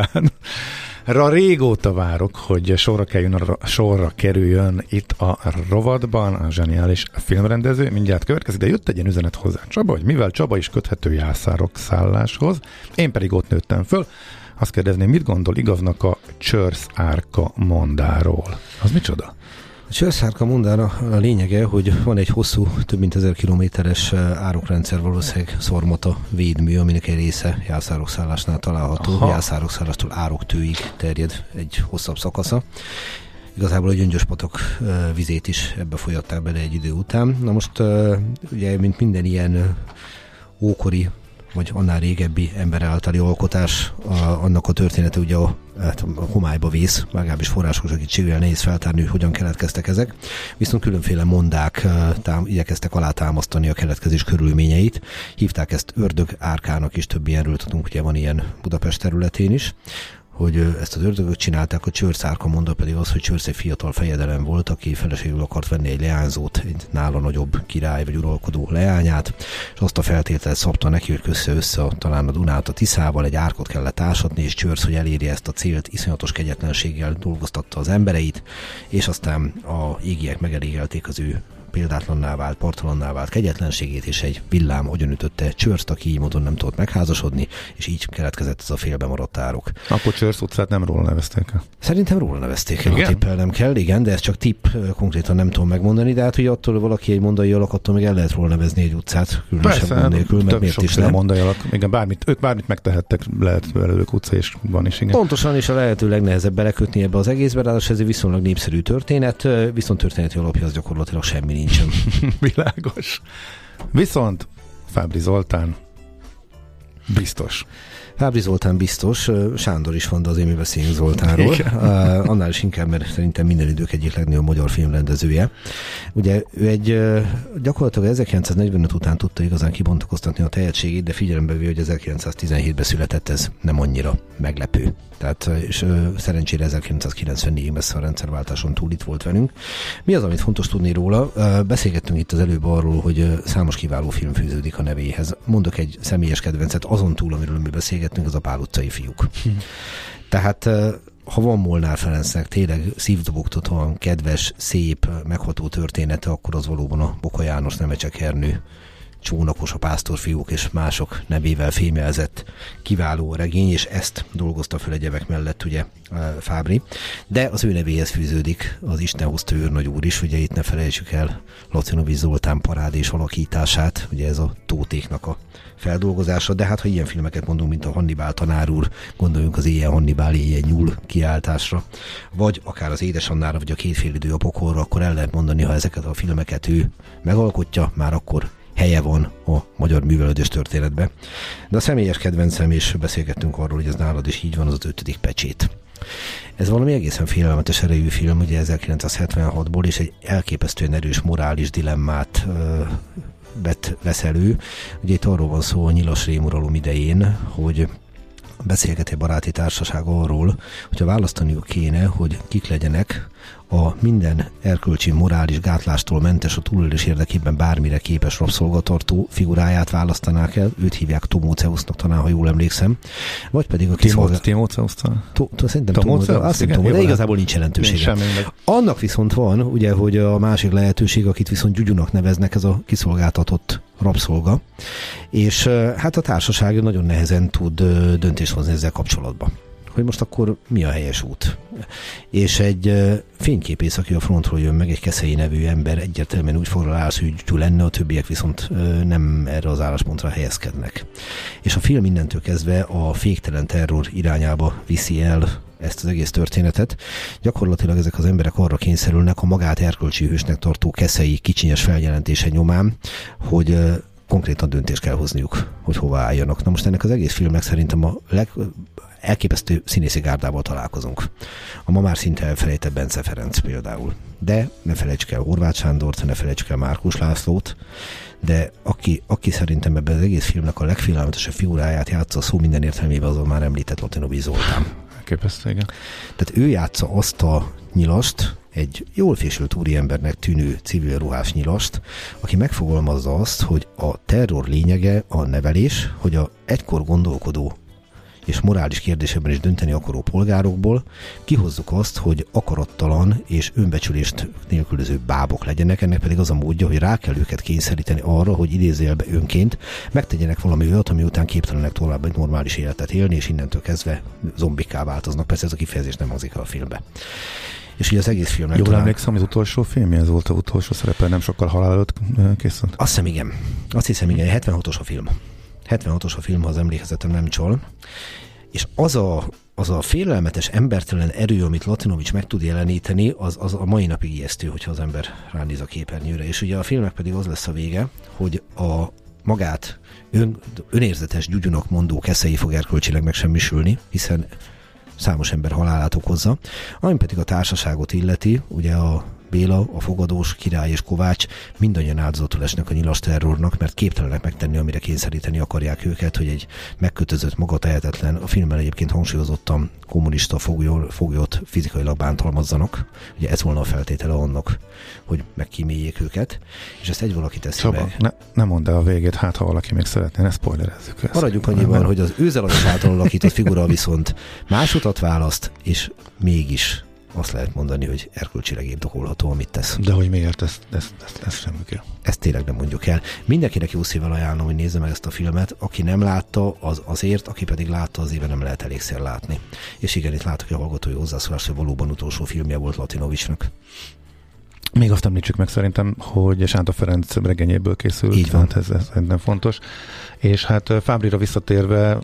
Zoltánra régóta várok, hogy sorra kerüljön itt a rovatban, a zseniális filmrendező. Mindjárt következik, de jött egy ilyen üzenet hozzá Csaba, hogy mivel Csaba is köthető Jászárok szálláshoz, én pedig ott nőttem föl, azt kérdezném, mit gondol igaznak a Csörsz-Árka mondáról? Az micsoda? A Csörsz-Árka mondára a lényege, hogy van egy hosszú, több mint 1000 kilométeres árokrendszer, valószínűleg Szormota védmű, aminek egy része Jászárokszállásnál található. Jászárokszállástól Ároktőig terjed egy hosszabb szakasza. Igazából a Gyöngyöspatak vizét is ebbe folyatták bele egy idő után. Na most ugye, mint minden ilyen ókori vagy annál régebbi ember általi alkotás, annak a története ugye a homályba vész, legalábbis források segítségével nehéz feltárni, hogy hogyan keletkeztek ezek. Viszont különféle mondák igyekeztek alátámasztani a keletkezés körülményeit. Hívták ezt ördög árkának is, több ilyenről tudunk, ugye van ilyen Budapest területén is, hogy ezt az ördögök csinálták, a Csörsz-Árka monda pedig az, hogy Csörsz egy fiatal fejedelem volt, aki feleségül akart venni egy leányzót, egy nála nagyobb király vagy uralkodó leányát, és azt a feltételt szabta neki, hogy össze talán a Dunát a Tiszával, egy árkot kellett ásatni, és Csörsz, hogy elérje ezt a célt, iszonyatos kegyetlenséggel dolgoztatta az embereit, és aztán a égiek megelégelték az ő példátlanná vált, partalanná vált kegyetlenségét, és egy villám agyonütötte Csörst, aki így módon nem tudott megházasodni, és így keletkezett ez a félbe maradt árok. Akkor Csörsz utcát nem róla nevezték el? Szerintem róla nevezték el, ha tippelnem kell, igen, de ez csak tipp, konkrétan nem tudom megmondani, de hát ugye attól valaki egy mondai alak, attól még el lehet róla nevezni egy utcát, különösebb gond nélkül, mert miért is nem. Mondai alak, igen, ők bármit megtehettek, lehet belőlük utca, és van is, igen. Pontosan, és a lehető legnehezebb belekötni ebbe az egészbe, ráadásul ez egy viszonylag népszerű történet, viszont történeti alapja az gyakorlatilag semmi nincsen. Világos. Viszont Fábri Zoltán biztos. Fábri Zoltán biztos, Sándor is van, de azért mi beszélünk Zoltánról. Annál is inkább, mert szerintem minden idők egyik legnagyobb magyar filmrendezője. Ugye ő gyakorlatilag 1945 után tudta igazán kibontakoztatni a tehetségét, de figyelembe véve, hogy 1917-ben született, ez nem annyira meglepő. Tehát, és szerencsére 1994-ben a rendszerváltáson túl itt volt velünk. Mi az, amit fontos tudni róla? Beszélgettünk itt az előbb arról, hogy számos kiváló film fűződik a nevéhez. Mondok egy személyes kedvencet, azon túl, amiről mi beszélgettünk, az a Pál utcai fiúk. Tehát ha van Molnár Ferencnek tényleg szívdobogtatóan kedves, szép, megható története, akkor az valóban a Boka János Nemecsek Ernő Csónakos, a Pásztorfiúk és mások nevével fémjelzett kiváló regény, és ezt dolgozta föl egyebek mellett ugye Fábri. De az ő nevéhez fűződik az Isten hozta őrnagy úr is, ugye itt ne felejtsük el Lacinovics Zoltán parádés alakítását, ugye ez a Tótéknak a feldolgozása, de hát ha ilyen filmeket mondunk, mint a Hannibál tanár úr, gondoljunk az Éjjel Hannibál, Éjjel nyúl kiáltásra, vagy akár az Édesannára, vagy a Kétfélidő a pokolra, akkor el lehet mondani, ha ezeket a filmeket ő megalkotja, már akkor helye van a magyar művelődés történetbe. De a személyes kedvencem, és beszélgettünk arról, hogy ez nálad is így van, az az 5. pecsét. Ez valami egészen félelmetes erejű film, ugye 1976-ból, és egy elképesztően erős morális dilemmát vesz elő. Ugye itt arról van szó a nyilas rémuralom idején, hogy beszélget egy baráti társaság arról, hogyha választaniuk kéne, hogy kik legyenek a minden erkölcsi, morális gátlástól mentes, a túlélés érdekében bármire képes rabszolgatartó figuráját választanák el, őt hívják Tomóceusznak talán, ha jól emlékszem, vagy pedig a Timóceusztal? Szerintem Tomóceusz, de igazából nincs jelentősége. Annak viszont van, ugye, hogy a másik lehetőség, akit viszont Gyugyunak neveznek, ez a kiszolgáltatott rabszolga, és hát a társaság nagyon nehezen tud döntést hozni ezzel kapcsolatban, hogy most akkor mi a helyes út. És egy fényképész, aki a frontról jön meg, egy Keszei nevű ember egyértelműen úgy foglal állás, hogy ügyű lenne, a többiek viszont nem erre az álláspontra helyezkednek. És a film innentől kezdve a féktelen terror irányába viszi el ezt az egész történetet. Gyakorlatilag ezek az emberek arra kényszerülnek, a magát erkölcsi hősnek tartó Keszei kicsinyes feljelentése nyomán, hogy konkrétan döntést kell hozniuk, hogy hova álljanak. Na most ennek az egész filmnek szerintem a elképesztő színészi gárdával találkozunk. A ma már szinte elfelejtett Bence Ferenc például. De ne felejtsük el Horváth Sándort, ne felejtsük el Márkus Lászlót, de aki szerintem ebben az egész filmnek a legfélelmetesebb figuráját játsza szó minden értelmében, azon már említett Latinovics Zoltán. Elképesztő, igen. Tehát ő játsza azt a nyilast, egy jól fésült úriembernek tűnő civil ruhás nyilast, aki megfogalmazza azt, hogy a terror lényege a nevelés, hogy a egykor gondolkodó és morális kérdésekben is dönteni akaró polgárokból kihozzuk azt, hogy akarattalan és önbecsülést nélkülöző bábok legyenek, ennek pedig az a módja, hogy rá kell őket kényszeríteni arra, hogy idézőjelbe önként megtegyenek valami olyat, ami után képtelenek tovább egy normális életet élni, és innentől kezdve zombikká változnak. Persze ez a kifejezés nem hangzik el a filmbe. És ugye az egész filmnek... Jól emlékszem, az utolsó filmje, ez volt az utolsó szerepe, nem sokkal halál előtt készült? Azt hiszem igen, 76-os a film. 76-os a film, ha az emlékezetem nem csal. És az a félelmetes, embertelen erő, amit Latinovics meg tud jeleníteni, az a mai napig ijesztő, hogyha az ember ránéz a képernyőre. És ugye a filmnek pedig az lesz a vége, hogy a magát önérzetes gyugyunak mondó Keszei fog erkölcsileg megsemmisülni, hiszen számos ember halálát okozza, ami pedig a társaságot illeti, ugye a Béla, a Fogadós, Király és Kovács mindannyian áldozatul esnek a nyilas terrornak, mert képtelenek megtenni, amire kényszeríteni akarják őket, hogy egy megkötözött, magatehetetlen, a filmben egyébként hangsúlyozottan kommunista foglyot fizikailag bántalmazzanak. Ugye ez volna a feltétele annak, hogy megkíméljék őket, és ezt egy valaki teszi Csaba, meg. Ne mondd el a végét, hát ha valaki még szeretné, ne spoilerezzük ezt. Maradjunk annyiban, hogy az Őze Lajos által alakított figura viszont más utat választ, és mégis azt lehet mondani, hogy erkölcsileg érdekolható, amit tesz. De hogy miért, ezt sem kell. Ezt tényleg nem mondjuk el. Mindenkinek jó szívvel ajánlom, hogy nézze meg ezt a filmet. Aki nem látta, az azért, aki pedig látta, az éve nem lehet elégszer látni. És igen, itt látok a hallgatói hozzászólás, hogy valóban utolsó filmje volt Latinovicsnak. Még azt említsük meg szerintem, hogy Sánta Ferenc regényéből készült. Így van. Ez szerintem fontos. És hát Fábrira visszatérve,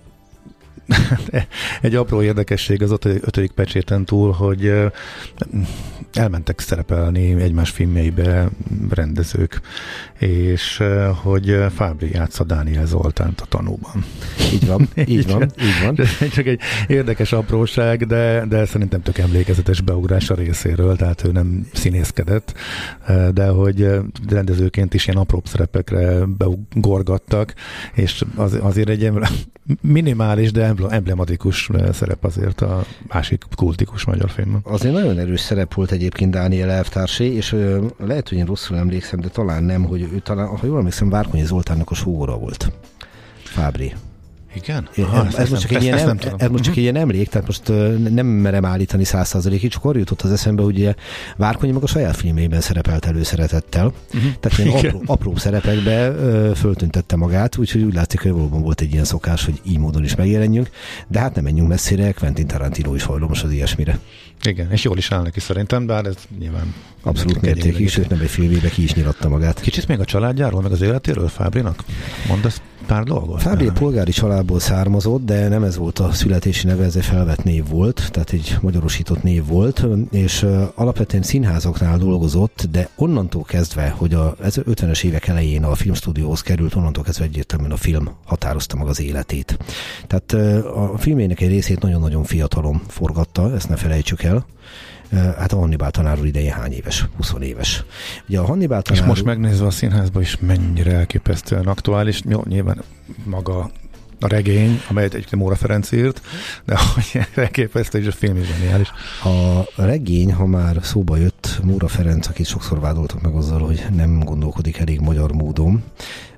egy apró érdekesség az 5. pecséten túl, hogy elmentek szerepelni egymás filmjeibe rendezők, és hogy Fábri játsza Dániel Zoltánt a Tanúban. Így van, így van. Csak egy érdekes apróság, de szerintem tök emlékezetes beugrás a részéről, tehát ő nem színészkedett, de hogy rendezőként is ilyen apróbb szerepekre beugorgattak, és azért egy minimális, de emblematikus szerep azért a másik kultikus magyar filmben. Azért nagyon erős szerep volt egyébként Dániel elvtársé, és lehet, hogy én rosszul emlékszem, de talán nem, hogy ő talán, ha jól emlékszem, Várkonyi Zoltánnak a sógora volt. Fábri. Igen? Ez most csak egy ilyen emlék, tehát most nem merem állítani 100%-ig, csak arra jutott az eszembe, hogy ugye Várkonyi maga saját filmében szerepelt előszeretettel. Tehát ilyen apró szerepekbe föltüntette magát, úgyhogy úgy látszik, hogy valóban volt egy ilyen szokás, hogy így módon is megjelenjünk, de hát nem menjünk messzire, Quentin Tarantino is hajlamos az ilyesmire. Igen, és jól is áll neki szerintem, bár ez nyilván... Abszolút mértékig, sőt nem egy filmébe ki is nyilatta magát. Kicsit még a családjáról, meg az életéről Fábrinak? Mondasz pár dolgot? Fábri polgári családból származott, de nem ez volt a születési neve, ez egy felvett név volt, tehát egy magyarosított név volt, és alapvetően színházaknál dolgozott, de onnantól kezdve, hogy ez 50-es évek elején a filmstúdióhoz került, onnantól kezdve egyértelműen a film határozta meg az életét. Tehát a filmének egy részét nagyon-nagyon fiatalon forgatta, ezt ne felejtsük el. Hát a Hannibál tanár úr idején hány éves? 20 éves. Ugye a Hannibál tanár és most megnézve a színházba is mennyire elképesztően aktuális. Jó, nyilván maga a regény, amelyet egyébként Móra Ferenc írt, de hogy elképesztő, és a film is zseniális. A regény, ha már szóba jött, Móra Ferenc, akit sokszor vádoltak meg azzal, hogy nem gondolkodik elég magyar módon,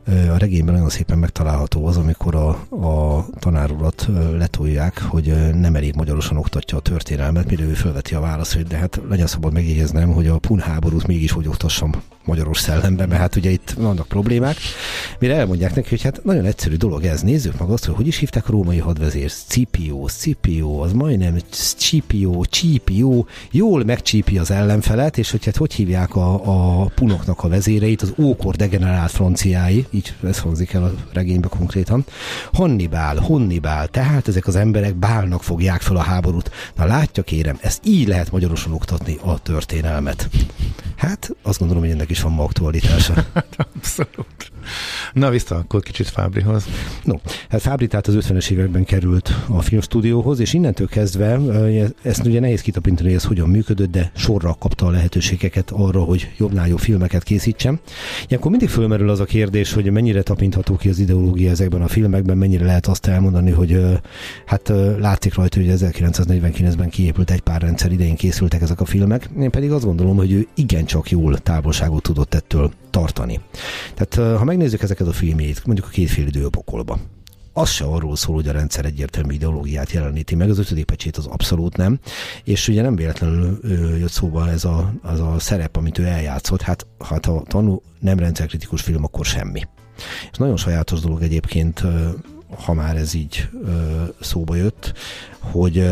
A regényben nagyon szépen megtalálható az, amikor a tanárurat letolják, hogy nem elég magyarosan oktatja a történelmet, mire ő felveti a választ, hogy de hát legyen szabad megjegyeznem, hogy a pun háborút mégis hogy oktassam magyaros szellemben, mert hát ugye itt vannak problémák. Mire elmondják neki, hogy hát nagyon egyszerű dolog ez. Nézzük meg azt, hogy is hívták a római hadvezér. Scipio, az majdnem Scipio, jól megcsípi az ellenfelet, és hogy hát hogy hívják a punoknak a vezéreit, az ókor degenerált franciái, így ez hangzik el a regénybe konkrétan. Hannibal, tehát ezek az emberek bálnak fogják fel a háborút. Na látja kérem, ezt így lehet magyarosan oktatni a történelmet. Hát azt gondolom, hogy ennek is van ma aktualitása. Abszolút. Na, vissza akkor kicsit Fábrihoz. No, hát Fábri tehát az 50-es években került a filmstúdióhoz, és innentől kezdve, ezt ugye nehéz kitapintani, hogy ez hogyan működött, de sorra kapta a lehetőségeket arra, hogy jobbnál jobb filmeket készítsen. Ilyenkor mindig fölmerül az a kérdés, hogy mennyire tapintható ki az ideológia ezekben a filmekben, mennyire lehet azt elmondani, hogy hát látszik rajta, hogy 1949-ben kiépült egy pár rendszer idején készültek ezek a filmek. Én pedig azt gondolom, hogy ő igencsak jól távolságot tudott ettől tartani. Tehát ha megnézzük ezeket a filmjét, mondjuk a Két félidő a pokolba, az se arról szól, hogy a rendszer egyértelmű ideológiát jeleníti meg, az 5. pecsét az abszolút nem, és ugye nem véletlenül jött szóba ez a szerep, amit ő eljátszott, hát ha tanul nem rendszerkritikus film, akkor semmi. És nagyon sajátos dolog egyébként, ha már ez így szóba jött, hogy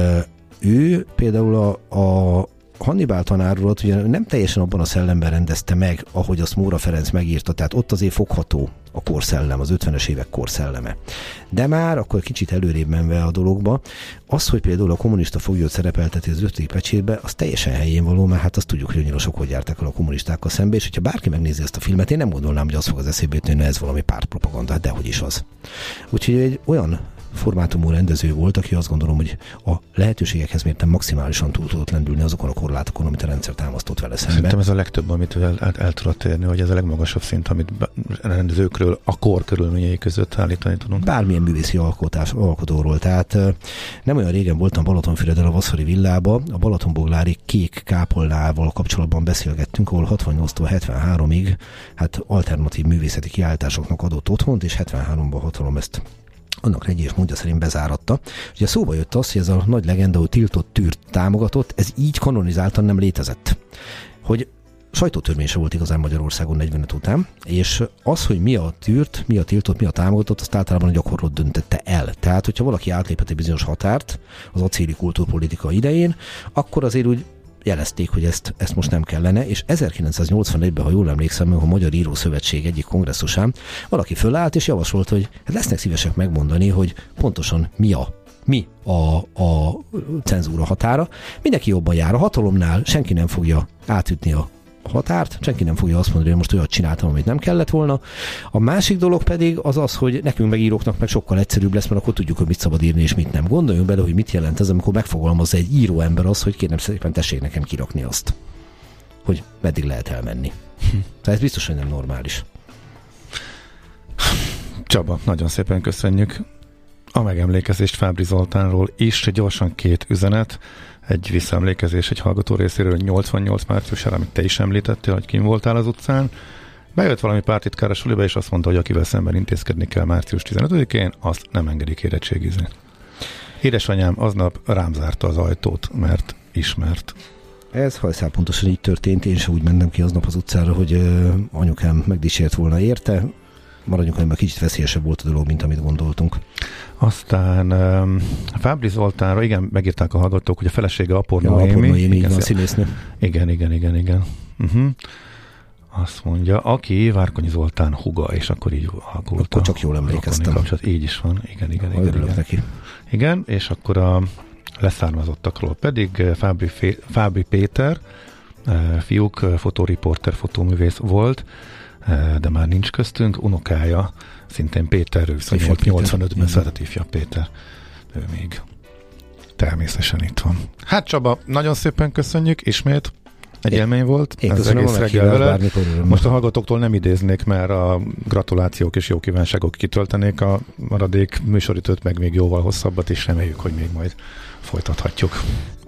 ő például a Hannibal tanárurat ugye nem teljesen abban a szellemben rendezte meg, ahogy azt Móra Ferenc megírta, tehát ott azért fogható a korszellem, az 50-es évek korszelleme. De már akkor kicsit előrébb menve a dologba, az, hogy például a kommunista foglyot szerepelteti az 5. pecsétbe, az teljesen helyén való, mert hát azt tudjuk, hogy annyira sok hogy jártak el a kommunistákkal szembe, és hogyha bárki megnézi ezt a filmet, én nem gondolnám, hogy az fog az eszébe jutni, hogy ez valami pártpropaganda, de hogy is az. Úgyhogy egy olyan formátumú rendező volt, aki azt gondolom, hogy a lehetőségekhez mérten maximálisan túl tudott lendülni azokon a korlátokon, amit a rendszer támasztott vele szembe. Szerintem ez a legtöbb, amit el tudott érni, hogy ez a legmagasabb szint, amit rendezőkről, a kor körülményei között állítani tudunk. Bármilyen művészi alkotóról. Tehát nem olyan régen voltam Balatonfüreden a Vasszari villában, a Balatonboglári kék kápolnával kapcsolatban beszélgettünk, ahol 68-tól 73-ig hát alternatív művészeti kiállításoknak adott otthont, és 73-ban hatalom ezt annak rendje és módja szerint bezáratta. Ugye szóba jött az, hogy ez a nagy legenda, hogy tiltott tűrt támogatott, ez így kanonizáltan nem létezett. Hogy sajtótörvény se volt igazán Magyarországon 45 után, és az, hogy mi a tűrt, mi a tiltott, mi a támogatott, azt általában a gyakorlat döntette el. Tehát, hogyha valaki átlépett egy bizonyos határt az acéli kultúrpolitika idején, akkor azért úgy jelezték, hogy ezt most nem kellene, és 1981-ben, ha jól emlékszem, a Magyar Írószövetség egyik kongresszusán valaki fölállt és javasolt, hogy hát lesznek szívesek megmondani, hogy pontosan mi a cenzúra határa. Mindenki jobban jár a hatalomnál, senki nem fogja átütni a határt, senki nem fogja azt mondani, hogy most olyat csináltam, amit nem kellett volna. A másik dolog pedig az, hogy nekünk megíróknak meg sokkal egyszerűbb lesz, mert akkor tudjuk, hogy mit szabad írni és mit nem. Gondoljunk bele, hogy mit jelent ez, amikor megfogalmazza egy író ember az, hogy kérem szépen tessék nekem kirakni azt, hogy meddig lehet elmenni. Tehát ez biztos, hogy nem normális. Csaba, nagyon szépen köszönjük a megemlékezést Fábry Zoltánról is. Gyorsan 2 üzenet. Egy visszaemlékezés egy hallgató részéről 88 márciusára, amit te is említettél, hogy kim voltál az utcán. Bejött valami pártitkár a suliba, és azt mondta, hogy akivel szemben intézkedni kell március 15-én, azt nem engedik érettségizni. Édesanyám aznap rám zárta az ajtót, mert ismert. Ez hajszál pontosan így történt, én sem úgy mentem ki aznap az utcára, hogy anyukám megdicsért volna érte. Maradjunk, hogy már kicsit veszélyesebb volt a dolog, mint amit gondoltunk. Aztán Fábry Zoltánra, igen, megírták a hallgatók, hogy a felesége Apor Noémi. Apor Noémi, igen, színésznő. Igen. Azt mondja, aki Várkonyi Zoltán húga, és akkor így alakult. Akkor csak jól emlékeztem. Így is van, igen. Neki. Igen, és akkor a leszármazottakról pedig Fábry Péter, fiúk, fotóriporter, fotóművész volt, de már nincs köztünk, unokája, szintén Péter, ő 85-ben született, ifjabb Péter, ő még természetesen itt van. Hát Csaba, nagyon szépen köszönjük, ismét egy élmény volt. Én köszönöm a meghívást, most a hallgatóktól nem idéznék, mert a gratulációk és jó kívánságok kitöltenék a maradék műsoridőt, meg még jóval hosszabbat, és reméljük, hogy még majd folytathatjuk.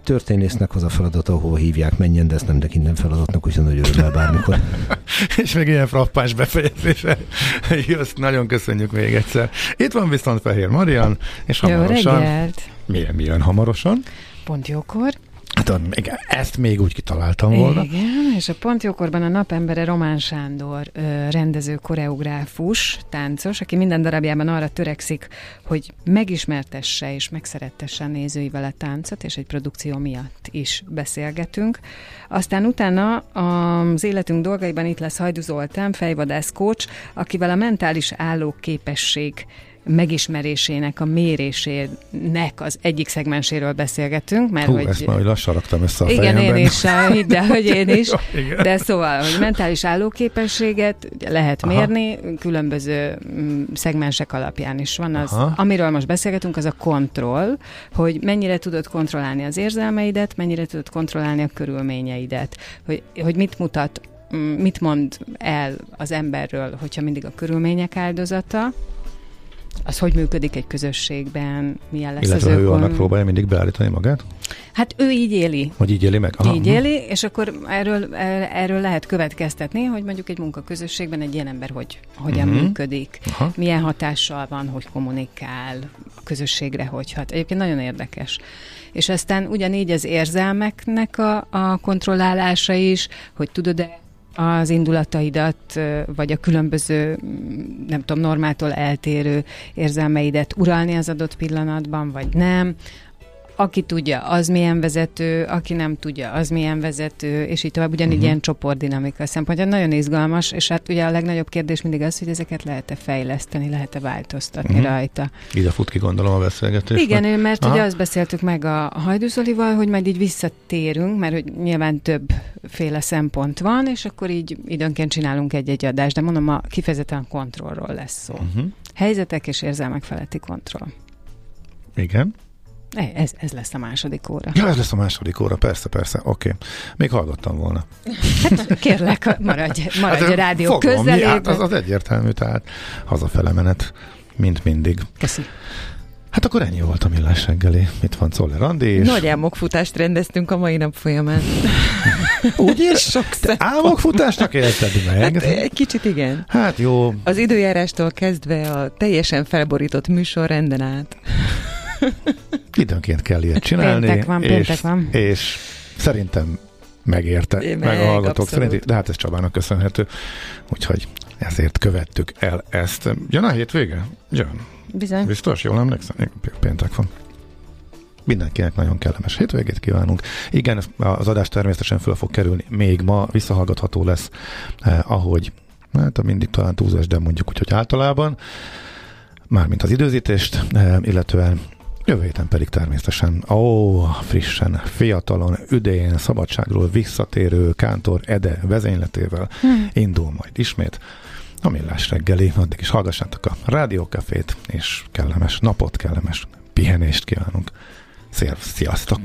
történésznek az a feladat, ahol hívják, menjen, de ezt nem tekint nem feladatnak, úgyhogy nagy örömmel bármikor. És még ilyen frappáns befejezése. Just, nagyon köszönjük még egyszer. Itt van viszont Fehér Marian, és hamarosan... Jó reggelt! Mi jön hamarosan? Pont jókor. Hát ezt még úgy kitaláltam volna. Igen, és a Pont jókorban a napembere Román Sándor rendező, koreográfus, táncos, aki minden darabjában arra törekszik, hogy megismertesse és megszerettesse a nézőivel a táncot, és egy produkció miatt is beszélgetünk. Aztán utána az életünk dolgaiban itt lesz Hajdú Zoltán, fejvadász coach, akivel a mentális állóképesség megismerésének, a mérésének az egyik szegmenséről beszélgetünk, mert hogy... ezt már lassan raktam össze a igen, fejemben. én is, hidd el, hogy én is. Jó, de szóval, hogy mentális állóképességet lehet mérni, különböző szegmensek alapján is van az. Amiről most beszélgetünk, az a kontroll, hogy mennyire tudod kontrollálni az érzelmeidet, mennyire tudod kontrollálni a körülményeidet, hogy mit mutat, mit mond el az emberről, hogyha mindig a körülmények áldozata, az hogy működik egy közösségben, milyen lesz illetve az ő annak próbálja mindig beállítani magát? Hát ő így éli. Hogy így éli meg? Így éli, és akkor erről lehet következtetni, hogy mondjuk egy munkaközösségben egy ilyen ember hogyan működik, milyen hatással van, hogy kommunikál a közösségre, hogy hat. Egyébként nagyon érdekes. És aztán ugyanígy az érzelmeknek a kontrollálása is, hogy tudod-e az indulataidat, vagy a különböző, nem tudom, normától eltérő érzelmeidet uralni az adott pillanatban, vagy nem. Aki tudja, az milyen vezető, aki nem tudja, az milyen vezető, és így tovább, ugyanígy ilyen csoportdinamika szempontja. Nagyon izgalmas, és hát ugye a legnagyobb kérdés mindig az, hogy ezeket lehet-e fejleszteni, lehet-e változtatni rajta. Ide fut ki, gondolom, a beszélgetés. Igen, mert ugye azt beszéltük meg a Hajdú Zolival, hogy majd így visszatérünk, mert hogy nyilván többféle szempont van, és akkor így időnként csinálunk egy-egy adást, de mondom, kifejezetten a kontrollról lesz szó. Helyzetek és érzelmek feletti kontroll. Igen. Ez lesz a második óra. Ja, ez lesz a második óra, persze, oké. Még hallgattam volna. Hát, kérlek, maradj a rádió közelében. Hát az egyértelmű, tehát hazafele menet, mint mindig. Köszi. Hát akkor ennyi volt a Millás reggeli. Itt van Czoller Andi és... Nagy álmokfutást rendeztünk a mai nap folyamán. Úgy is? Sok álmokfutásnak élted meg? Hát egy kicsit igen. Hát jó. Az időjárástól kezdve a teljesen felborított műsorrenden át. Időnként kell ilyet csinálni. Péntek van. És szerintem megérte, meg a hallgatók szerint, de hát ez Csabának köszönhető. Úgyhogy ezért követtük el ezt. Jön a hétvége? Jön. Bizony. Biztos, jól emlékszem? Péntek van. Mindenkinek nagyon kellemes hétvégét kívánunk. Igen, az adás természetesen föl fog kerülni még ma, visszahallgatható lesz, ahogy, hát mindig talán túlzás, de mondjuk úgyhogy általában, mármint az időzítést, illetve jövő héten pedig természetesen frissen, fiatalon, üdén, szabadságról visszatérő Kántor Ede vezényletével indul majd ismét a Millás reggeli. Addig is hallgassátok a Rádiókafét, és kellemes napot, kellemes pihenést kívánunk. Sziasztok!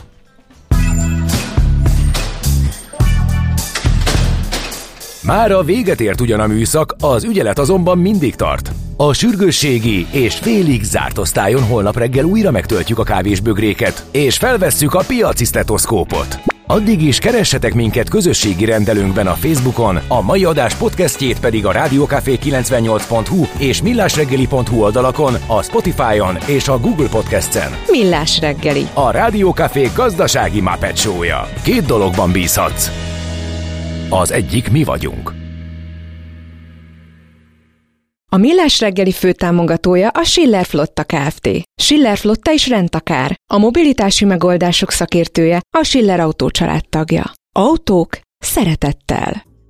Mára véget ért ugyan a műszak, az ügyelet azonban mindig tart. A sürgősségi és félig zárt osztályon holnap reggel újra megtöltjük a kávésbögréket, és felvesszük a piaci sztetoszkópot. Addig is keressetek minket közösségi rendelőnkben a Facebookon, a mai adás podcastjét pedig a rádiókafé98.hu és millásreggeli.hu oldalakon, a Spotify-on és a Google Podcast-en. Millás reggeli. A Rádiókafé gazdasági Muppet show-ja. 2 dologban bízhatsz. Az egyik mi vagyunk. A Millás reggeli főtámogatója a Schiller Flotta Kft. Schiller Flotta és rendtakár. A mobilitási megoldások szakértője, a Schiller Autó család tagja. Autók szeretettel.